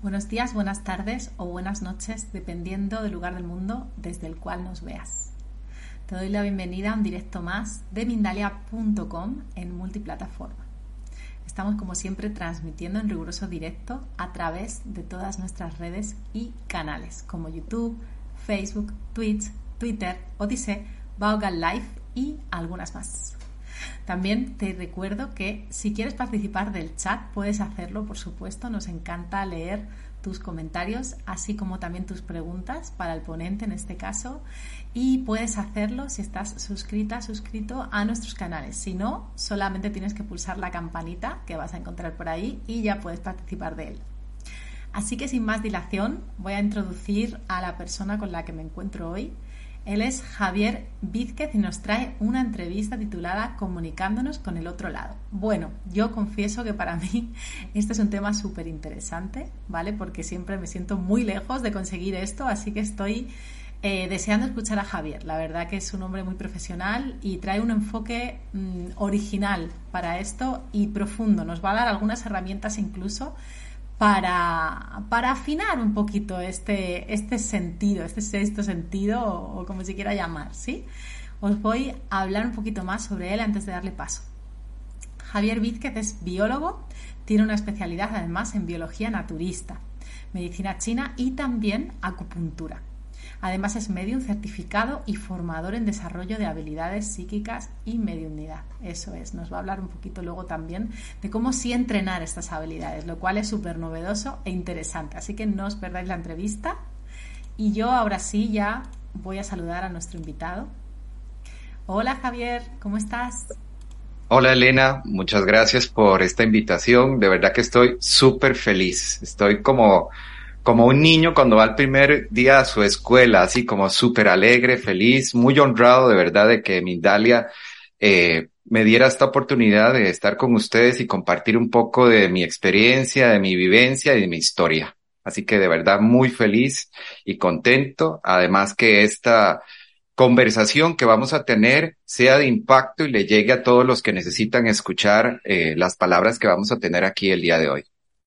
Buenos días, buenas tardes o buenas noches, dependiendo del lugar del mundo desde el cual nos veas. Te doy la bienvenida a un directo más de Mindalia.com en multiplataforma. Estamos como siempre transmitiendo en riguroso directo a través de todas nuestras redes y canales como YouTube, Facebook, Twitch, Twitter, Odisee, Vaughan Live y algunas más. También te recuerdo que si quieres participar del chat puedes hacerlo, por supuesto, nos encanta leer tus comentarios, así como también tus preguntas para el ponente en este caso, y puedes hacerlo si estás suscrito a nuestros canales. Si no, solamente tienes que pulsar la campanita que vas a encontrar por ahí y ya puedes participar de él. Así que sin más dilación voy a introducir a la persona con la que me encuentro hoy. Él es Javier Vizquez y nos trae una entrevista titulada Comunicándonos con el otro lado. Bueno, yo confieso que para mí este es un tema súper interesante, ¿vale? Porque siempre me siento muy lejos de conseguir esto, así que estoy deseando escuchar a Javier. La verdad que es un hombre muy profesional y trae un enfoque original para esto y profundo. Nos va a dar algunas herramientas incluso para afinar un poquito este sentido, este sexto sentido o como se quiera llamar, ¿sí? Os voy a hablar un poquito más sobre él antes de darle paso. Javier Vizquez es biólogo, tiene una especialidad además en biología naturista, medicina china y también acupuntura. Además es medium certificado y formador en desarrollo de habilidades psíquicas y mediunidad. Eso es, nos va a hablar un poquito luego también de cómo sí entrenar estas habilidades, lo cual es súper novedoso e interesante. Así que no os perdáis la entrevista. Y yo ahora sí ya voy a saludar a nuestro invitado. Hola Javier, ¿cómo estás? Hola Elena, muchas gracias por esta invitación. De verdad que estoy súper feliz. Estoy como un niño cuando va al primer día a su escuela, así como súper alegre, feliz, muy honrado de verdad de que Mindalia me diera esta oportunidad de estar con ustedes y compartir un poco de mi experiencia, de mi vivencia y de mi historia. Así que de verdad muy feliz y contento. Además que esta conversación que vamos a tener sea de impacto y le llegue a todos los que necesitan escuchar las palabras que vamos a tener aquí el día de hoy.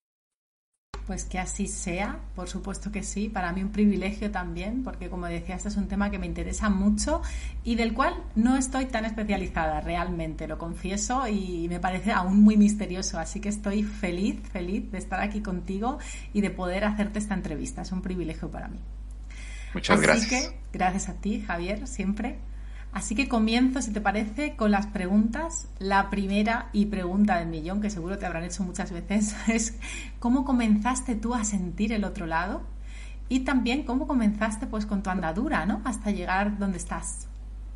Pues que así sea, por supuesto que sí, para mí un privilegio también, porque como decía, este es un tema que me interesa mucho y del cual no estoy tan especializada realmente, lo confieso, y me parece aún muy misterioso, así que estoy feliz de estar aquí contigo y de poder hacerte esta entrevista, es un privilegio para mí. Muchas Así gracias. que, gracias a ti, Javier, siempre. Así que comienzo, si te parece, con las preguntas. La primera y pregunta del millón, que seguro te habrán hecho muchas veces, es ¿cómo comenzaste tú a sentir el otro lado? Y también cómo comenzaste pues con tu andadura, ¿no? Hasta llegar donde estás.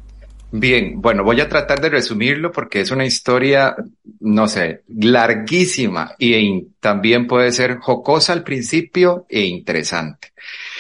Bien, bueno, voy a tratar de resumirlo porque es una historia, no sé, larguísima también puede ser jocosa al principio e interesante.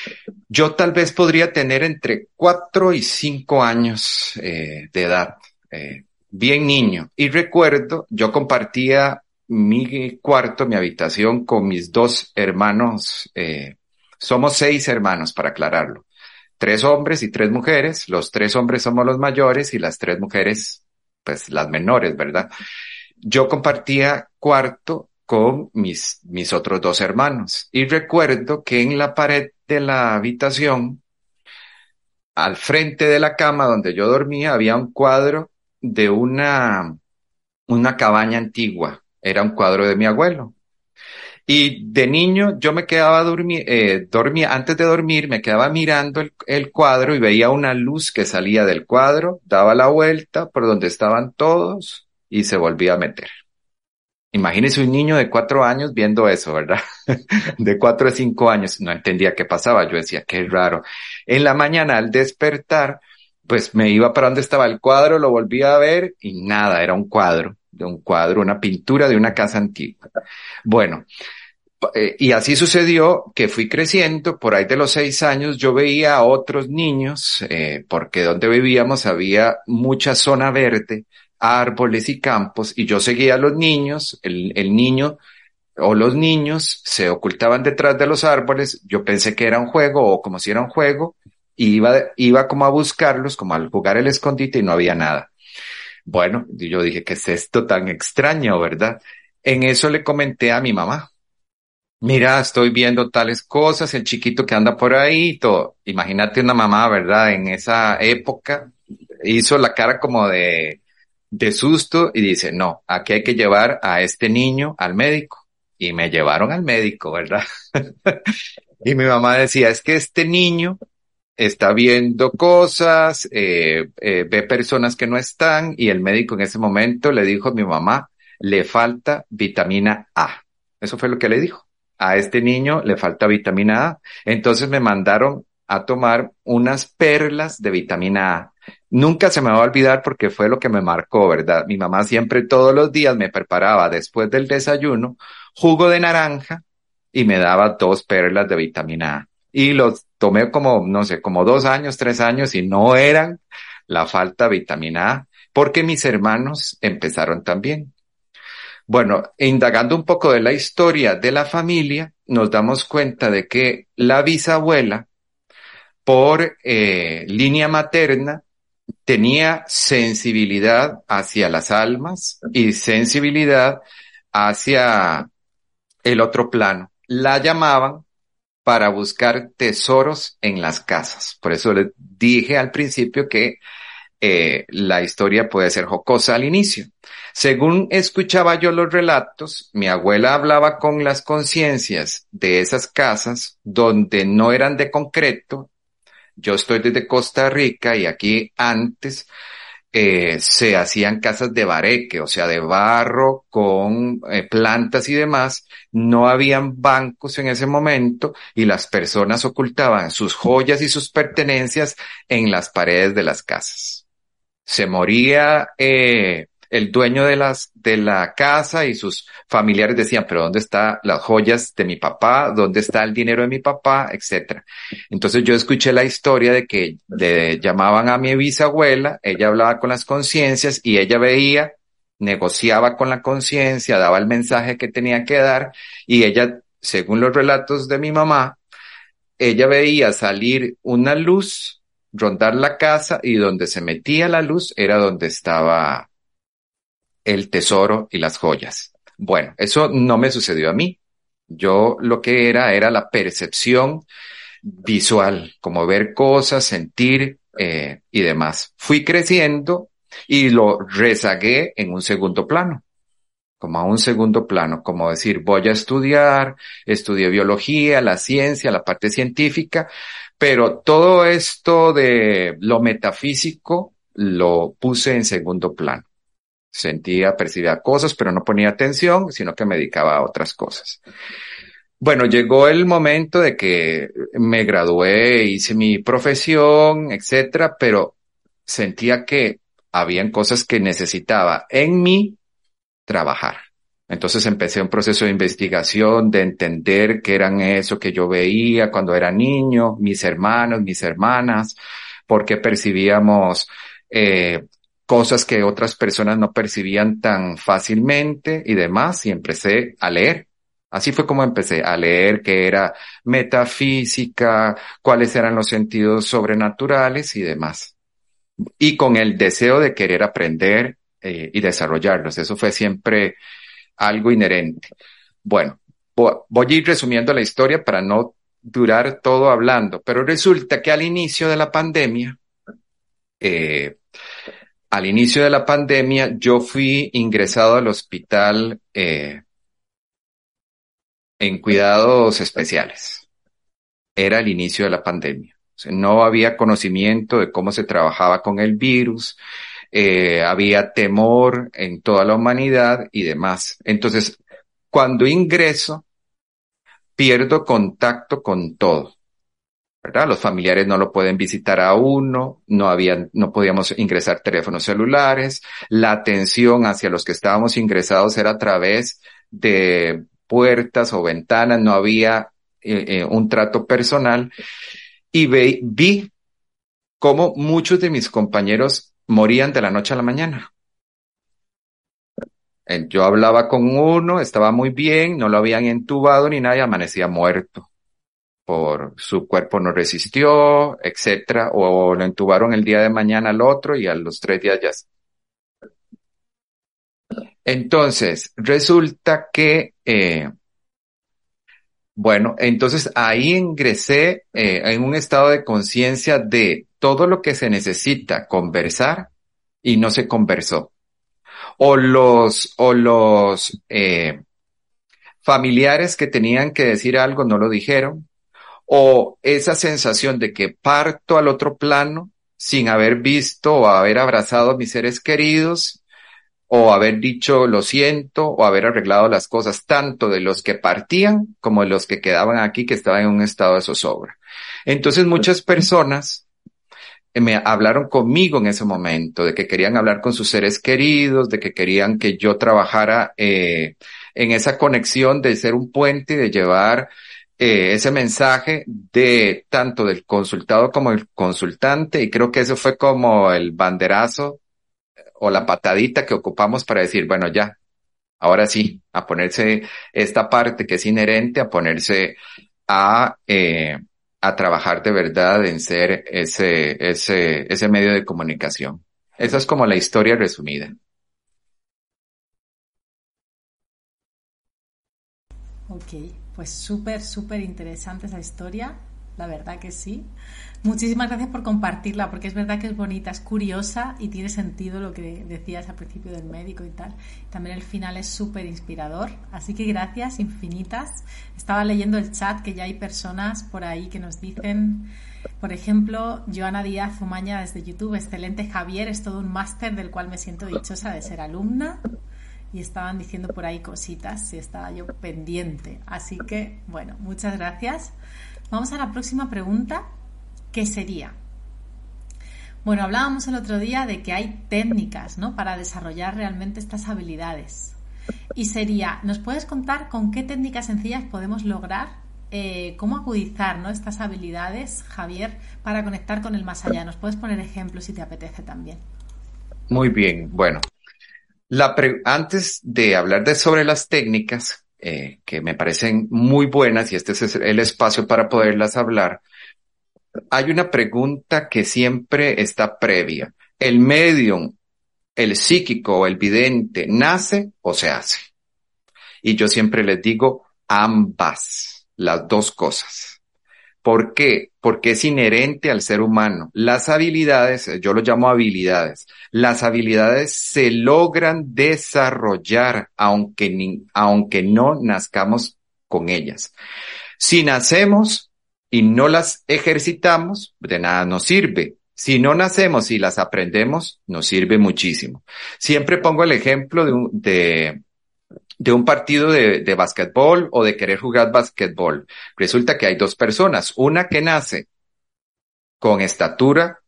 Yo tal vez podría tener entre 4 y 5 años de edad, bien niño. Y recuerdo, yo compartía mi cuarto, mi habitación con mis dos hermanos. Somos 6 hermanos, para aclararlo. 3 hombres y 3 mujeres. Los 3 hombres somos los mayores y las 3 mujeres, pues las menores, ¿verdad? Yo compartía cuarto con mis otros 2 hermanos y recuerdo que en la pared de la habitación, al frente de la cama donde yo dormía, había un cuadro de una cabaña antigua. Era un cuadro de mi abuelo. Y de niño yo me quedaba dormía, antes de dormir me quedaba mirando el cuadro y veía una luz que salía del cuadro, daba la vuelta por donde estaban todos y se volvía a meter. Imagínese un niño de 4 años viendo eso, ¿verdad? De 4 a 5 años. No entendía qué pasaba. Yo decía, qué raro. En la mañana al despertar, pues me iba para donde estaba el cuadro, lo volvía a ver y nada, era un cuadro, una pintura de una casa antigua. Bueno, y así sucedió que fui creciendo, por ahí de los 6 años yo veía a otros niños, porque donde vivíamos había mucha zona verde, árboles y campos, y yo seguía a los niños, el niño o los niños se ocultaban detrás de los árboles, yo pensé que era un juego o como si era un juego, y iba como a buscarlos, como al jugar el escondite y no había nada. Bueno, y yo dije, ¿qué es esto tan extraño, verdad? En eso le comenté a mi mamá. mira, estoy viendo tales cosas, el chiquito que anda por ahí, y todo. Imagínate una mamá, ¿verdad? En esa época hizo la cara como de susto y dice, no, aquí hay que llevar a este niño al médico. Y me llevaron al médico, ¿verdad? Y mi mamá decía, es que este niño está viendo cosas, ve personas que no están y el médico en ese momento le dijo a mi mamá, le falta vitamina A. Eso fue lo que le dijo. A este niño le falta vitamina A. Entonces me mandaron a tomar unas perlas de vitamina A. Nunca se me va a olvidar porque fue lo que me marcó, ¿verdad? Mi mamá siempre todos los días me preparaba después del desayuno jugo de naranja y me daba 2 perlas de vitamina A. Y los tomé como, no sé, como 2 años, 3 años y no eran la falta de vitamina A, porque mis hermanos empezaron también. Bueno, indagando un poco de la historia de la familia, nos damos cuenta de que la bisabuela, por línea materna, tenía sensibilidad hacia las almas y sensibilidad hacia el otro plano. La llamaban para buscar tesoros en las casas. Por eso les dije al principio que la historia puede ser jocosa al inicio. Según escuchaba yo los relatos, mi abuela hablaba con las conciencias de esas casas donde no eran de concreto. Yo estoy desde Costa Rica y aquí antes se hacían casas de bareque, o sea, de barro con plantas y demás. No habían bancos en ese momento y las personas ocultaban sus joyas y sus pertenencias en las paredes de las casas. Se moría el dueño de la casa y sus familiares decían, pero ¿dónde están las joyas de mi papá? ¿Dónde está el dinero de mi papá? Etcétera. Entonces yo escuché la historia de que llamaban a mi bisabuela, ella hablaba con las conciencias y ella veía, negociaba con la conciencia, daba el mensaje que tenía que dar y ella, según los relatos de mi mamá, ella veía salir una luz, rondar la casa y donde se metía la luz era donde estaba el tesoro y las joyas. Bueno, eso no me sucedió a mí. Yo lo que era la percepción visual, como ver cosas, sentir y demás. Fui creciendo y lo rezagué en un segundo plano, como a un segundo plano, como decir, voy a estudiar, estudié biología, la ciencia, la parte científica, pero todo esto de lo metafísico lo puse en segundo plano. Sentía, percibía cosas, pero no ponía atención, sino que me dedicaba a otras cosas. Bueno, llegó el momento de que me gradué, hice mi profesión, etcétera, pero sentía que habían cosas que necesitaba en mí trabajar. Entonces empecé un proceso de investigación, de entender qué eran eso que yo veía cuando era niño, mis hermanos, mis hermanas, por qué percibíamos cosas que otras personas no percibían tan fácilmente y demás, y empecé a leer. Así fue como empecé a leer qué era metafísica, cuáles eran los sentidos sobrenaturales y demás. Y con el deseo de querer aprender y desarrollarlos. Eso fue siempre algo inherente. Bueno, voy a ir resumiendo la historia para no durar todo hablando, pero resulta que eh, al inicio de la pandemia, yo fui ingresado al hospital en cuidados especiales. Era el inicio de la pandemia. O sea, no había conocimiento de cómo se trabajaba con el virus, había temor en toda la humanidad y demás. Entonces, cuando ingreso, pierdo contacto con todo, ¿verdad? Los familiares no lo pueden visitar a uno, no podíamos ingresar teléfonos celulares, la atención hacia los que estábamos ingresados era a través de puertas o ventanas, no había un trato personal y vi cómo muchos de mis compañeros morían de la noche a la mañana. Yo hablaba con uno, estaba muy bien, no lo habían entubado ni nada y amanecía muerto. Por su cuerpo no resistió, etcétera, o lo entubaron el día de mañana al otro y a los 3 días ya. Entonces, resulta que Bueno, entonces ahí ingresé en un estado de conciencia de todo lo que se necesita conversar y no se conversó. O los familiares que tenían que decir algo no lo dijeron. O esa sensación de que parto al otro plano sin haber visto o haber abrazado a mis seres queridos o haber dicho lo siento o haber arreglado las cosas tanto de los que partían como de los que quedaban aquí que estaban en un estado de zozobra. Entonces muchas personas me hablaron conmigo en ese momento, de que querían hablar con sus seres queridos, de que querían que yo trabajara en esa conexión de ser un puente y de llevar ese mensaje de tanto del consultado como el consultante, y creo que eso fue como el banderazo o la patadita que ocupamos para decir, bueno, ya, ahora sí, a ponerse esta parte que es inherente, a ponerse a, eh, a trabajar de verdad en ser ese medio de comunicación. Esa es como la historia resumida. Ok, pues súper, súper interesante esa historia, la verdad que sí. Muchísimas gracias por compartirla, porque es verdad que es bonita, es curiosa y tiene sentido lo que decías al principio del médico y tal. También el final es súper inspirador, así que gracias infinitas. Estaba leyendo el chat que ya hay personas por ahí que nos dicen, por ejemplo, Joana Díaz Umaña desde YouTube, excelente Javier, es todo un máster del cual me siento dichosa de ser alumna. Y estaban diciendo por ahí cositas y estaba yo pendiente. Así que, bueno, muchas gracias. Vamos a la próxima pregunta, que sería, bueno, hablábamos el otro día de que hay técnicas, ¿no?, para desarrollar realmente estas habilidades. Y sería, ¿nos puedes contar con qué técnicas sencillas podemos lograr cómo agudizar, ¿no?, estas habilidades, Javier, para conectar con el más allá? ¿Nos puedes poner ejemplos si te apetece también? Muy bien, bueno. Antes de hablar sobre las técnicas, que me parecen muy buenas y este es el espacio para poderlas hablar, hay una pregunta que siempre está previa. ¿El medium, el psíquico o el vidente nace o se hace? Y yo siempre les digo ambas, las dos cosas. ¿Por qué? Porque es inherente al ser humano. Las habilidades, yo lo llamo habilidades, las habilidades se logran desarrollar aunque no nazcamos con ellas. Si nacemos y no las ejercitamos, de nada nos sirve. Si no nacemos y las aprendemos, nos sirve muchísimo. Siempre pongo el ejemplo de un partido de básquetbol o de querer jugar básquetbol. Resulta que hay dos personas, una que nace con estatura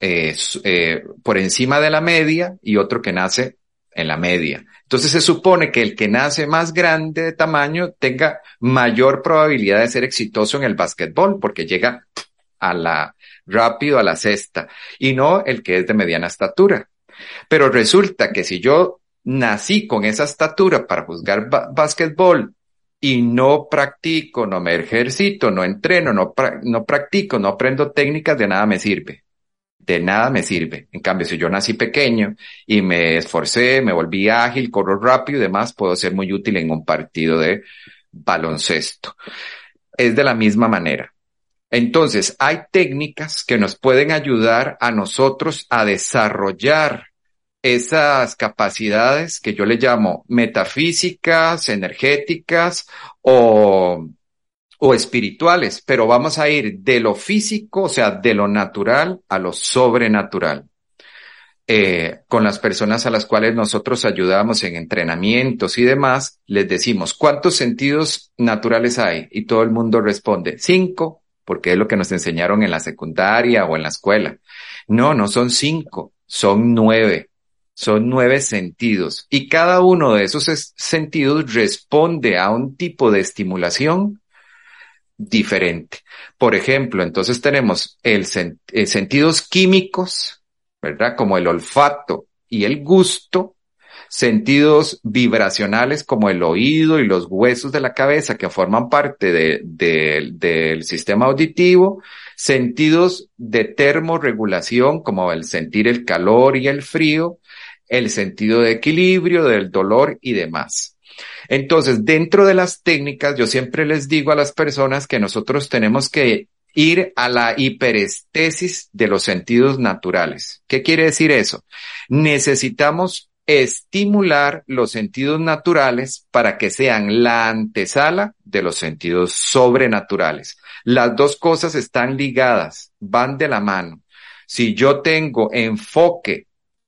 por encima de la media y otro que nace en la media. Entonces se supone que el que nace más grande de tamaño tenga mayor probabilidad de ser exitoso en el básquetbol porque llega rápido a la cesta y no el que es de mediana estatura. Pero resulta que si yo nací con esa estatura para jugar básquetbol y no practico, no me ejercito, no entreno, no practico, no aprendo técnicas, de nada me sirve. De nada me sirve. En cambio, si yo nací pequeño y me esforcé, me volví ágil, corro rápido y demás, puedo ser muy útil en un partido de baloncesto. Es de la misma manera. Entonces, hay técnicas que nos pueden ayudar a nosotros a desarrollar esas capacidades que yo le llamo metafísicas, energéticas o espirituales, pero vamos a ir de lo físico, o sea, de lo natural a lo sobrenatural. Con las personas a las cuales nosotros ayudamos en entrenamientos y demás, les decimos, ¿cuántos sentidos naturales hay? Y todo el mundo responde, 5, porque es lo que nos enseñaron en la secundaria o en la escuela. No, no son 5, son 9. Son 9 sentidos. Y cada uno de esos sentidos responde a un tipo de estimulación diferente. Por ejemplo, entonces tenemos sentidos químicos, ¿verdad? Como el olfato y el gusto, sentidos vibracionales como el oído y los huesos de la cabeza que forman parte del sistema auditivo, sentidos de termorregulación como el sentir el calor y el frío, el sentido de equilibrio, del dolor y demás. Entonces, dentro de las técnicas, yo siempre les digo a las personas que nosotros tenemos que ir a la hiperestesis de los sentidos naturales. ¿Qué quiere decir eso? Necesitamos estimular los sentidos naturales para que sean la antesala de los sentidos sobrenaturales. Las dos cosas están ligadas, van de la mano. Si yo tengo enfoque,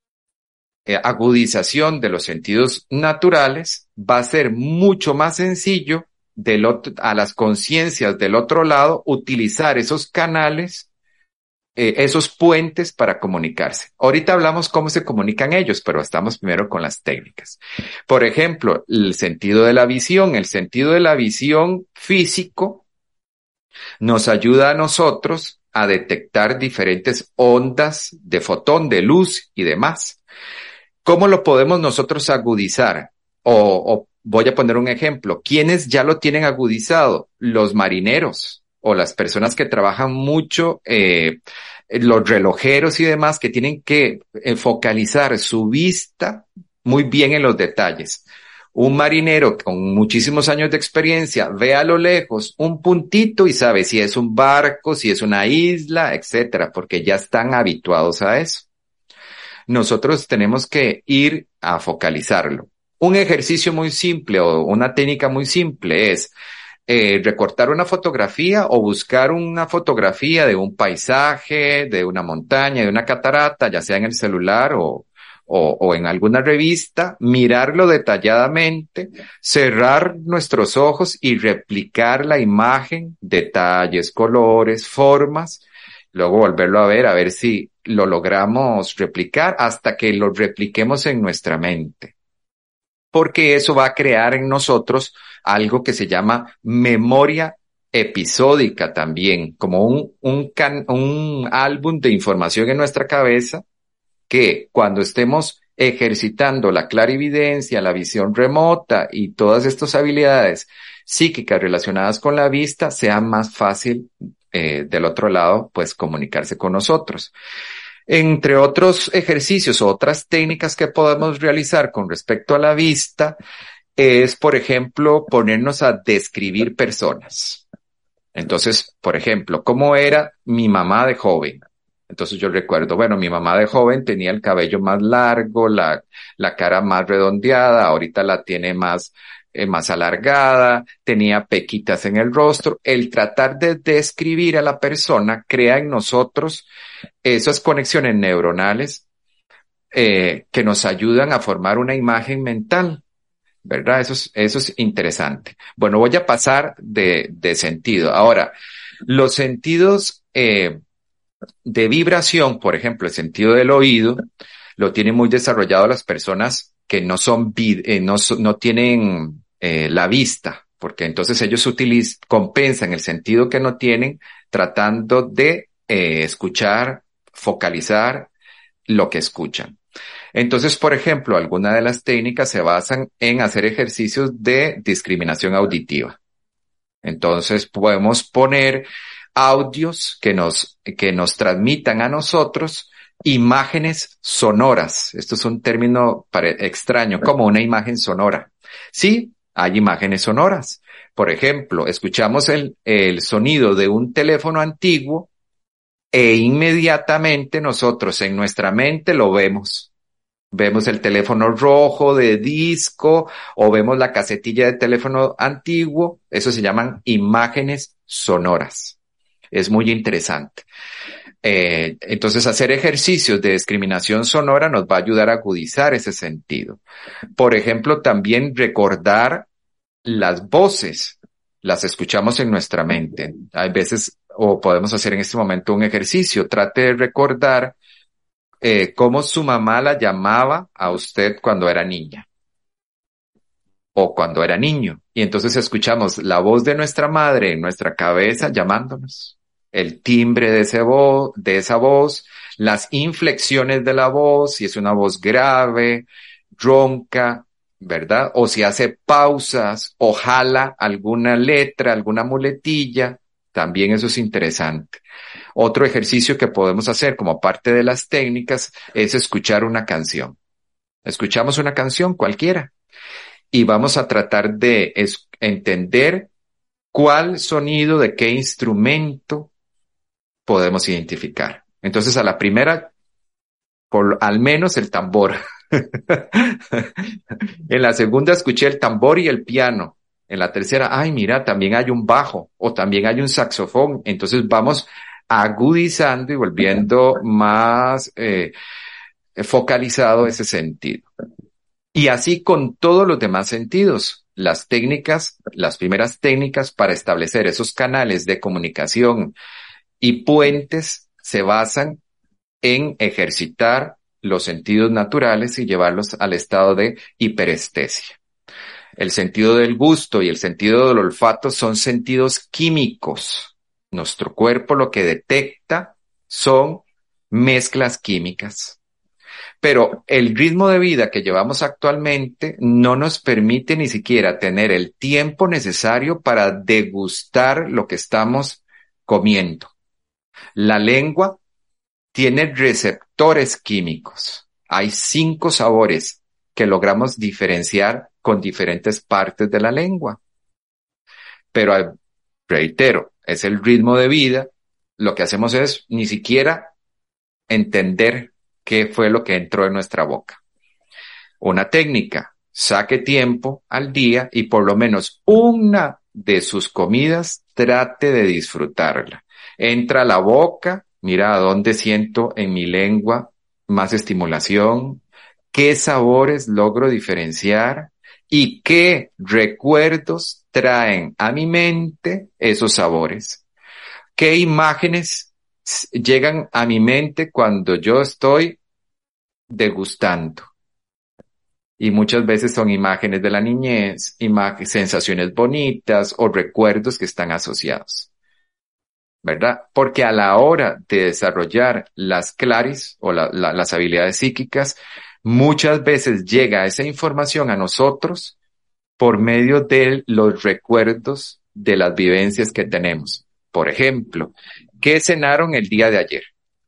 agudización de los sentidos naturales, va a ser mucho más sencillo a las conciencias del otro lado utilizar esos canales, esos puentes para comunicarse. Ahorita hablamos cómo se comunican ellos, pero estamos primero con las técnicas. Por ejemplo, el sentido de la visión. El sentido de la visión físico nos ayuda a nosotros a detectar diferentes ondas de fotón, de luz y demás. ¿Cómo lo podemos nosotros agudizar? O voy a poner un ejemplo. ¿Quiénes ya lo tienen agudizado? Los marineros o las personas que trabajan mucho, los relojeros y demás, que tienen que focalizar su vista muy bien en los detalles. Un marinero con muchísimos años de experiencia ve a lo lejos un puntito y sabe si es un barco, si es una isla, etcétera, porque ya están habituados a eso. Nosotros tenemos que ir a focalizarlo. Un ejercicio muy simple o una técnica muy simple es recortar una fotografía o buscar una fotografía de un paisaje, de una montaña, de una catarata, ya sea en el celular o en alguna revista, mirarlo detalladamente, cerrar nuestros ojos y replicar la imagen, detalles, colores, formas, luego volverlo a ver si lo logramos replicar hasta que lo repliquemos en nuestra mente. Porque eso va a crear en nosotros algo que se llama memoria episódica también, como un álbum de información en nuestra cabeza que cuando estemos ejercitando la clarividencia, la visión remota y todas estas habilidades psíquicas relacionadas con la vista, sea más fácil del otro lado, pues comunicarse con nosotros. Entre otros ejercicios o otras técnicas que podemos realizar con respecto a la vista es, por ejemplo, ponernos a describir personas. Entonces, por ejemplo, ¿cómo era mi mamá de joven? Entonces yo recuerdo, bueno, mi mamá de joven tenía el cabello más largo, la cara más redondeada, ahorita la tiene más alargada, tenía pequitas en el rostro. El tratar de describir a la persona crea en nosotros esas conexiones neuronales que nos ayudan a formar una imagen mental, ¿verdad? Eso es interesante. Bueno, voy a pasar de sentido. Ahora, los sentidos de vibración, por ejemplo, el sentido del oído, lo tienen muy desarrollado las personas que no tienen la vista, porque entonces ellos compensan el sentido que no tienen tratando de escuchar, focalizar lo que escuchan. Entonces, por ejemplo, algunas de las técnicas se basan en hacer ejercicios de discriminación auditiva. Entonces, podemos poner audios que nos transmitan a nosotros imágenes sonoras. Esto es un término extraño, como una imagen sonora. Sí, hay imágenes sonoras. Por ejemplo, escuchamos el sonido de un teléfono antiguo e inmediatamente nosotros en nuestra mente lo vemos. Vemos el teléfono rojo de disco o vemos la casetilla de teléfono antiguo. Eso se llaman imágenes sonoras. Es muy interesante. Entonces, hacer ejercicios de discriminación sonora nos va a ayudar a agudizar ese sentido. Por ejemplo, también recordar las voces. Las escuchamos en nuestra mente. Hay veces, o podemos hacer en este momento un ejercicio. Trate de recordar cómo su mamá la llamaba a usted cuando era niña o cuando era niño. Y entonces escuchamos la voz de nuestra madre en nuestra cabeza llamándonos, el timbre de esa voz, las inflexiones de la voz, si es una voz grave, ronca, ¿verdad? O si hace pausas o jala alguna letra, alguna muletilla, también eso es interesante. Otro ejercicio que podemos hacer como parte de las técnicas es escuchar una canción. Escuchamos una canción cualquiera y vamos a tratar de entender cuál sonido de qué instrumento podemos identificar. Entonces, a la primera, por al menos el tambor. En la segunda escuché el tambor y el piano. En la tercera, ay, mira, también hay un bajo o también hay un saxofón. Entonces vamos agudizando y volviendo más focalizado ese sentido. Y así con todos los demás sentidos. Las técnicas, las primeras técnicas para establecer esos canales de comunicación y puentes se basan en ejercitar los sentidos naturales y llevarlos al estado de hiperestesia. El sentido del gusto y el sentido del olfato son sentidos químicos. Nuestro cuerpo lo que detecta son mezclas químicas. Pero el ritmo de vida que llevamos actualmente no nos permite ni siquiera tener el tiempo necesario para degustar lo que estamos comiendo. La lengua tiene receptores químicos. Hay 5 sabores que logramos diferenciar con diferentes partes de la lengua. Pero, reitero, es el ritmo de vida. Lo que hacemos es ni siquiera entender qué fue lo que entró en nuestra boca. Una técnica, saque tiempo al día y por lo menos una de sus comidas trate de disfrutarla. Entra a la boca, mira a dónde siento en mi lengua más estimulación, qué sabores logro diferenciar y qué recuerdos traen a mi mente esos sabores. ¿Qué imágenes llegan a mi mente cuando yo estoy degustando? Y muchas veces son imágenes de la niñez, sensaciones bonitas o recuerdos que están asociados, ¿verdad? Porque a la hora de desarrollar las claris o las habilidades psíquicas, muchas veces llega esa información a nosotros por medio de los recuerdos de las vivencias que tenemos. Por ejemplo, ¿qué cenaron el día de ayer?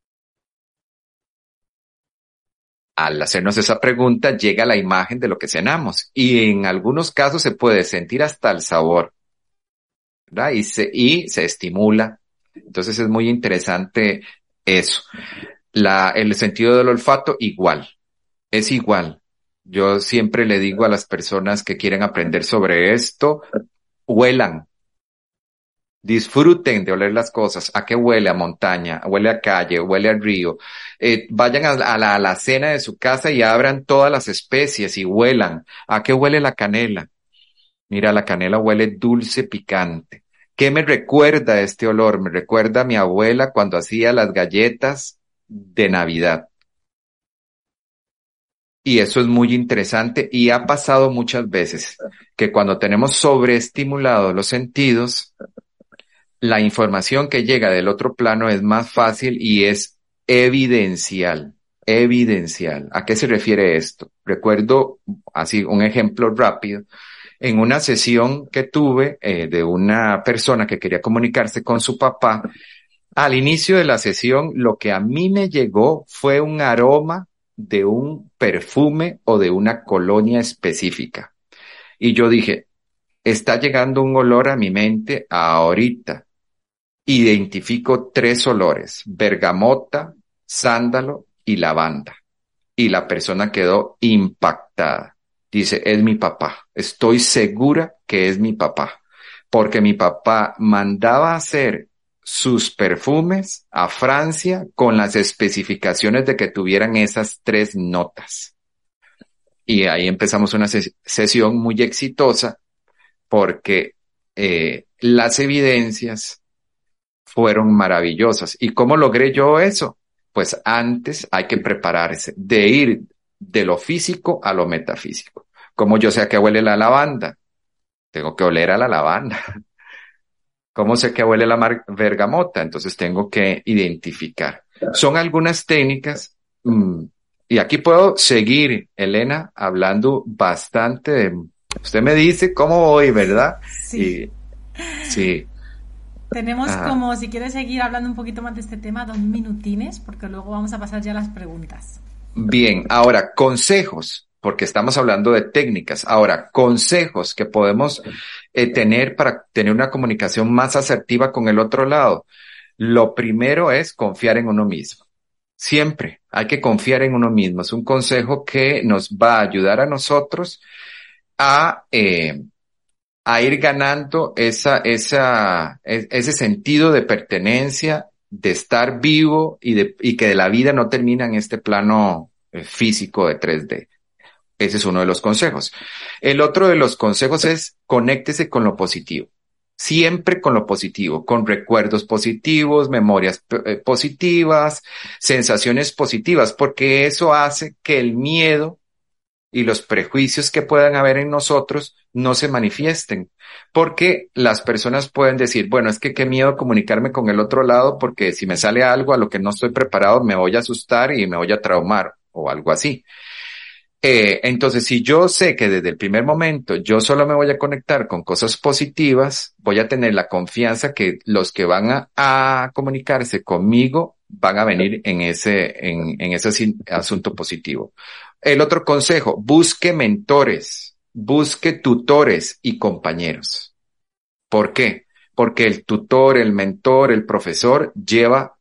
Al hacernos esa pregunta, llega la imagen de lo que cenamos y en algunos casos se puede sentir hasta el sabor, ¿verdad? Y se estimula. Entonces es muy interesante eso. El sentido del olfato igual, es igual. Yo siempre le digo a las personas que quieren aprender sobre esto, huelan. Disfruten de oler las cosas. ¿A qué huele? A montaña, huele a calle, huele al río. Vayan a la alacena de su casa y abran todas las especies y huelan. ¿A qué huele la canela? Mira, la canela huele dulce, picante. ¿Qué me recuerda este olor? Me recuerda a mi abuela cuando hacía las galletas de Navidad. Y eso es muy interesante y ha pasado muchas veces que cuando tenemos sobreestimulados los sentidos, la información que llega del otro plano es más fácil y es evidencial. Evidencial. ¿A qué se refiere esto? Recuerdo, así, un ejemplo rápido. En una sesión que tuve de una persona que quería comunicarse con su papá, al inicio de la sesión, lo que a mí me llegó fue un aroma de un perfume o de una colonia específica. Y yo dije, está llegando un olor a mi mente ahorita. Identifico 3 olores, bergamota, sándalo y lavanda. Y la persona quedó impactada. Dice, es mi papá. Estoy segura que es mi papá. Porque mi papá mandaba hacer sus perfumes a Francia con las especificaciones de que tuvieran esas 3 notas. Y ahí empezamos una sesión muy exitosa porque las evidencias fueron maravillosas. ¿Y cómo logré yo eso? Pues antes hay que prepararse de ir de lo físico a lo metafísico. ¿Cómo yo sé a qué huele la lavanda? Tengo que oler a la lavanda. ¿Cómo sé que huele la bergamota? Entonces tengo que identificar. Son algunas técnicas, y aquí puedo seguir, Elena, hablando bastante de... Usted me dice cómo voy, ¿verdad? Sí. Y, sí. Tenemos Ajá. como, si quieres seguir hablando un poquito más de este tema, 2 minutines, porque luego vamos a pasar ya a las preguntas. Bien, ahora, consejos. porque estamos hablando de técnicas. Ahora, consejos que podemos tener para tener una comunicación más asertiva con el otro lado. Lo primero es confiar en uno mismo. Siempre hay que confiar en uno mismo. Es un consejo que nos va a ayudar a nosotros a ir ganando ese sentido de pertenencia, de estar vivo y que de la vida no termina en este plano físico de 3D. Ese es uno de los consejos. El otro de los consejos es conéctese con lo positivo. Siempre con lo positivo, con recuerdos positivos, memorias positivas, sensaciones positivas, porque eso hace que el miedo y los prejuicios que puedan haber en nosotros no se manifiesten. Porque las personas pueden decir, bueno, es que qué miedo comunicarme con el otro lado porque si me sale algo a lo que no estoy preparado me voy a asustar y me voy a traumar o algo así. Entonces, si yo sé que desde el primer momento yo solo me voy a conectar con cosas positivas, voy a tener la confianza que los que van a comunicarse conmigo van a venir en ese asunto positivo. El otro consejo, busque mentores, busque tutores y compañeros. ¿Por qué? Porque el tutor, el mentor, el profesor lleva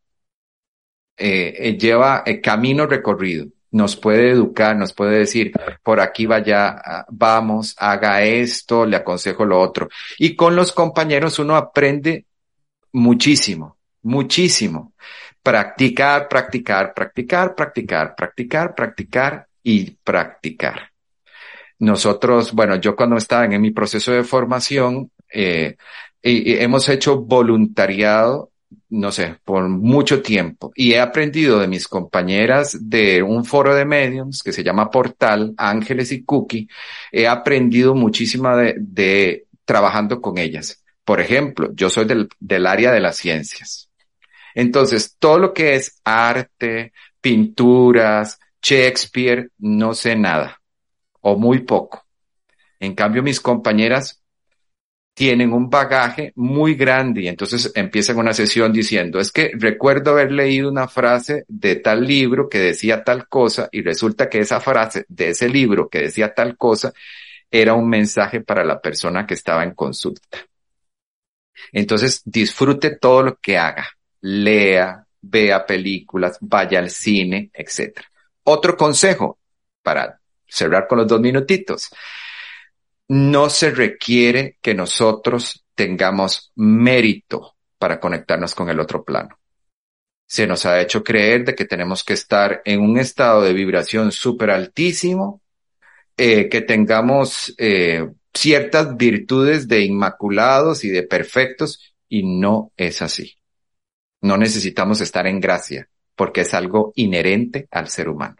camino recorrido. Nos puede educar, nos puede decir, por aquí vaya, vamos, haga esto, le aconsejo lo otro. Y con los compañeros uno aprende muchísimo, muchísimo. Practicar, practicar, practicar, practicar, practicar, practicar y practicar. Nosotros, bueno, yo cuando estaba en mi proceso de formación, hemos hecho voluntariado, no sé, por mucho tiempo. Y he aprendido de mis compañeras de un foro de mediums que se llama Portal, Ángeles y Cookie. He aprendido muchísimo de trabajando con ellas. Por ejemplo, yo soy del área de las ciencias. Entonces, todo lo que es arte, pinturas, Shakespeare, no sé nada o muy poco. En cambio, mis compañeras tienen un bagaje muy grande y entonces empiezan una sesión diciendo, es que recuerdo haber leído una frase de tal libro que decía tal cosa y resulta que esa frase de ese libro que decía tal cosa era un mensaje para la persona que estaba en consulta. Entonces disfrute todo lo que haga, lea, vea películas, vaya al cine, etc. Otro consejo para cerrar con los 2 minutitos. No se requiere que nosotros tengamos mérito para conectarnos con el otro plano. Se nos ha hecho creer de que tenemos que estar en un estado de vibración súper altísimo, que tengamos ciertas virtudes de inmaculados y de perfectos, y no es así. No necesitamos estar en gracia, porque es algo inherente al ser humano.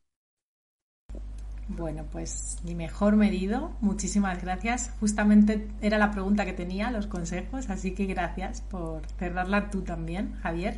Bueno, pues ni mejor medido. Muchísimas gracias. Justamente era la pregunta que tenía, los consejos, así que gracias por cerrarla tú también, Javier.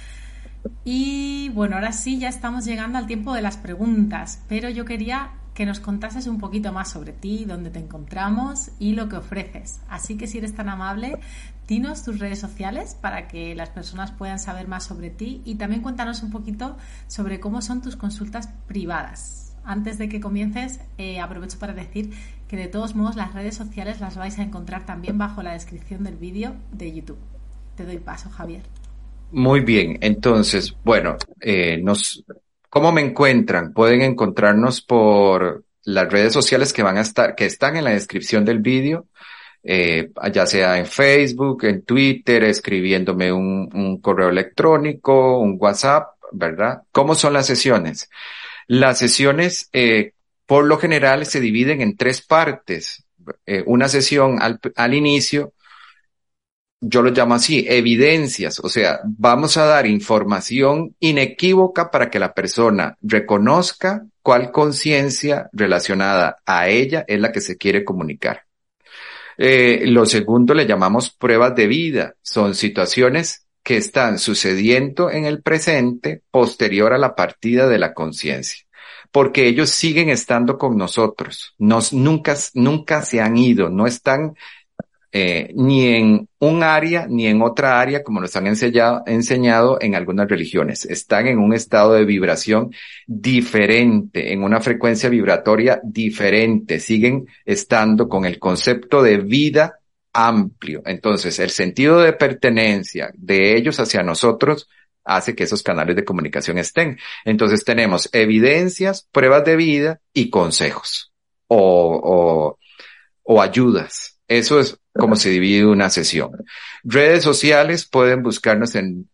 Y bueno, ahora sí, ya estamos llegando al tiempo de las preguntas, pero yo quería que nos contases un poquito más sobre ti, dónde te encontramos y lo que ofreces. Así que si eres tan amable, dinos tus redes sociales para que las personas puedan saber más sobre ti y también cuéntanos un poquito sobre cómo son tus consultas privadas. Antes de que comiences, aprovecho para decir que de todos modos las redes sociales las vais a encontrar también bajo la descripción del vídeo de YouTube. Te doy paso, Javier. Muy bien, entonces, bueno, ¿cómo me encuentran? Pueden encontrarnos por las redes sociales que están en la descripción del vídeo, ya sea en Facebook, en Twitter, escribiéndome un correo electrónico, un WhatsApp, ¿verdad? ¿Cómo son las sesiones? Las sesiones, por lo general, se dividen en 3 partes. Una sesión al inicio, yo lo llamo así, evidencias, o sea, vamos a dar información inequívoca para que la persona reconozca cuál conciencia relacionada a ella es la que se quiere comunicar. Lo segundo le llamamos pruebas de vida, son situaciones que están sucediendo en el presente posterior a la partida de la conciencia, porque ellos siguen estando con nosotros, nunca se han ido, no están ni en un área ni en otra área como nos han enseñado en algunas religiones. Están en un estado de vibración diferente, en una frecuencia vibratoria diferente. Siguen estando con el concepto de vida amplio. Entonces, el sentido de pertenencia de ellos hacia nosotros hace que esos canales de comunicación estén. Entonces tenemos evidencias, pruebas de vida y consejos o ayudas. Eso es como se divide una sesión. Redes sociales, pueden buscarnos en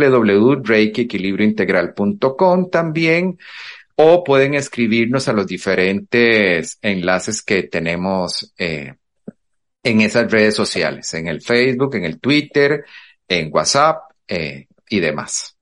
www.reikiequilibriointegral.com también, o pueden escribirnos a los diferentes enlaces que tenemos en esas redes sociales, en el Facebook, en el Twitter, en WhatsApp y demás.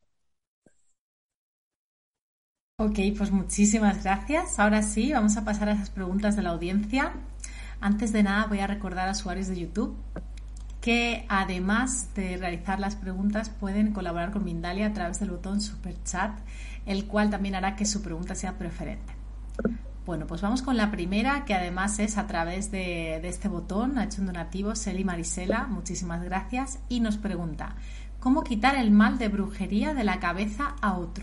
Ok, pues muchísimas gracias. Ahora sí, vamos a pasar a esas preguntas de la audiencia. Antes de nada, voy a recordar a usuarios de YouTube que además de realizar las preguntas pueden colaborar con Mindalia a través del botón Super Chat, el cual también hará que su pregunta sea preferente. Bueno, pues vamos con la primera, que además es a través de este botón. Ha hecho un donativo Celi Marisela, muchísimas gracias, y nos pregunta: ¿cómo quitar el mal de brujería de la cabeza a otro?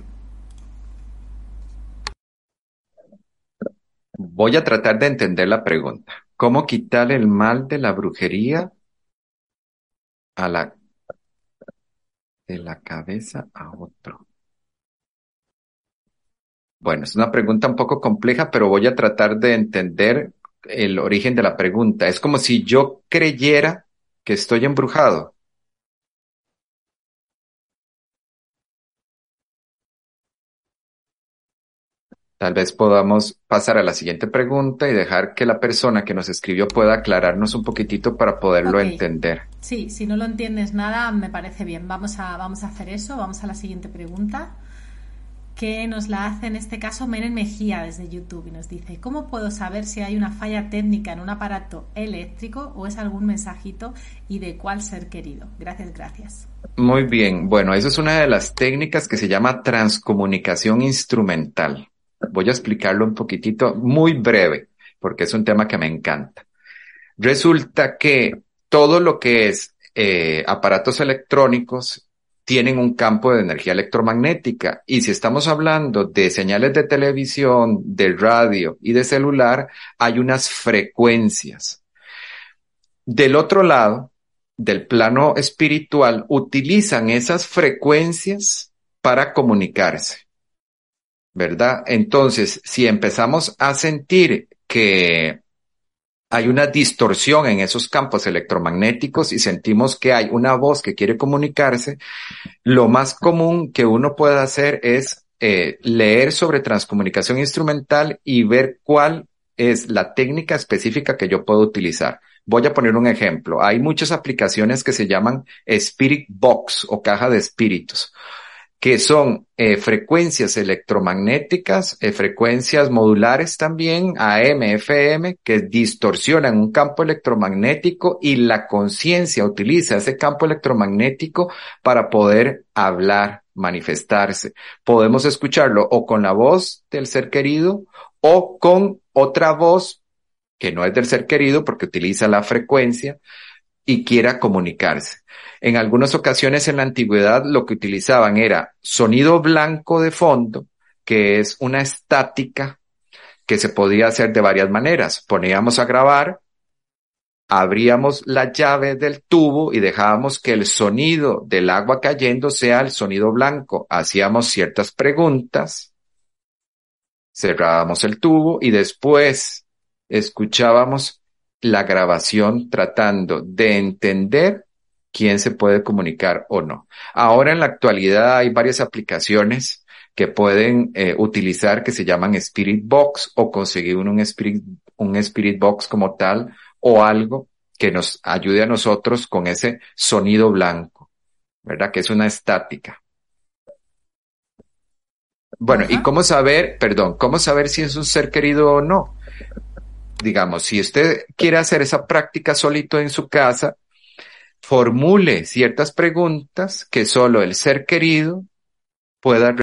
Voy a tratar de entender la pregunta. ¿Cómo quitar el mal de la brujería de la cabeza a otro? Bueno, es una pregunta un poco compleja, pero voy a tratar de entender el origen de la pregunta. Es como si yo creyera que estoy embrujado. Tal vez podamos pasar a la siguiente pregunta y dejar que la persona que nos escribió pueda aclararnos un poquitito para poderlo entender. Sí, si no lo entiendes nada, me parece bien. Vamos a hacer eso. Vamos a la siguiente pregunta, que nos la hace en este caso Menen Mejía desde YouTube, y nos dice: ¿cómo puedo saber si hay una falla técnica en un aparato eléctrico o es algún mensajito, y de cuál ser querido? Gracias. Muy bien. Bueno, eso es una de las técnicas que se llama transcomunicación instrumental. Voy a explicarlo un poquitito, muy breve, porque es un tema que me encanta. Resulta que todo lo que es aparatos electrónicos tienen un campo de energía electromagnética, y si estamos hablando de señales de televisión, de radio y de celular, hay unas frecuencias. Del otro lado, del plano espiritual, utilizan esas frecuencias para comunicarse, ¿verdad? Entonces, si empezamos a sentir que hay una distorsión en esos campos electromagnéticos y sentimos que hay una voz que quiere comunicarse, lo más común que uno puede hacer es leer sobre transcomunicación instrumental y ver cuál es la técnica específica que yo puedo utilizar. Voy a poner un ejemplo. Hay muchas aplicaciones que se llaman Spirit Box o caja de espíritus, que son frecuencias electromagnéticas, frecuencias modulares también, AM, FM, que distorsionan un campo electromagnético, y la conciencia utiliza ese campo electromagnético para poder hablar, manifestarse. Podemos escucharlo o con la voz del ser querido o con otra voz que no es del ser querido porque utiliza la frecuencia y quiera comunicarse. En algunas ocasiones en la antigüedad lo que utilizaban era sonido blanco de fondo, que es una estática que se podía hacer de varias maneras. Poníamos a grabar, abríamos la llave del tubo y dejábamos que el sonido del agua cayendo sea el sonido blanco. Hacíamos ciertas preguntas, cerrábamos el tubo y después escuchábamos la grabación tratando de entender quién se puede comunicar o no. Ahora en la actualidad hay varias aplicaciones que pueden utilizar, que se llaman Spirit Box, o conseguir un Spirit Box como tal, o algo que nos ayude a nosotros con ese sonido blanco, ¿verdad? Que es una estática. Bueno, ¿y cómo saber si es un ser querido o no? Digamos, si usted quiere hacer esa práctica solito en su casa, formule ciertas preguntas que solo el ser querido pueda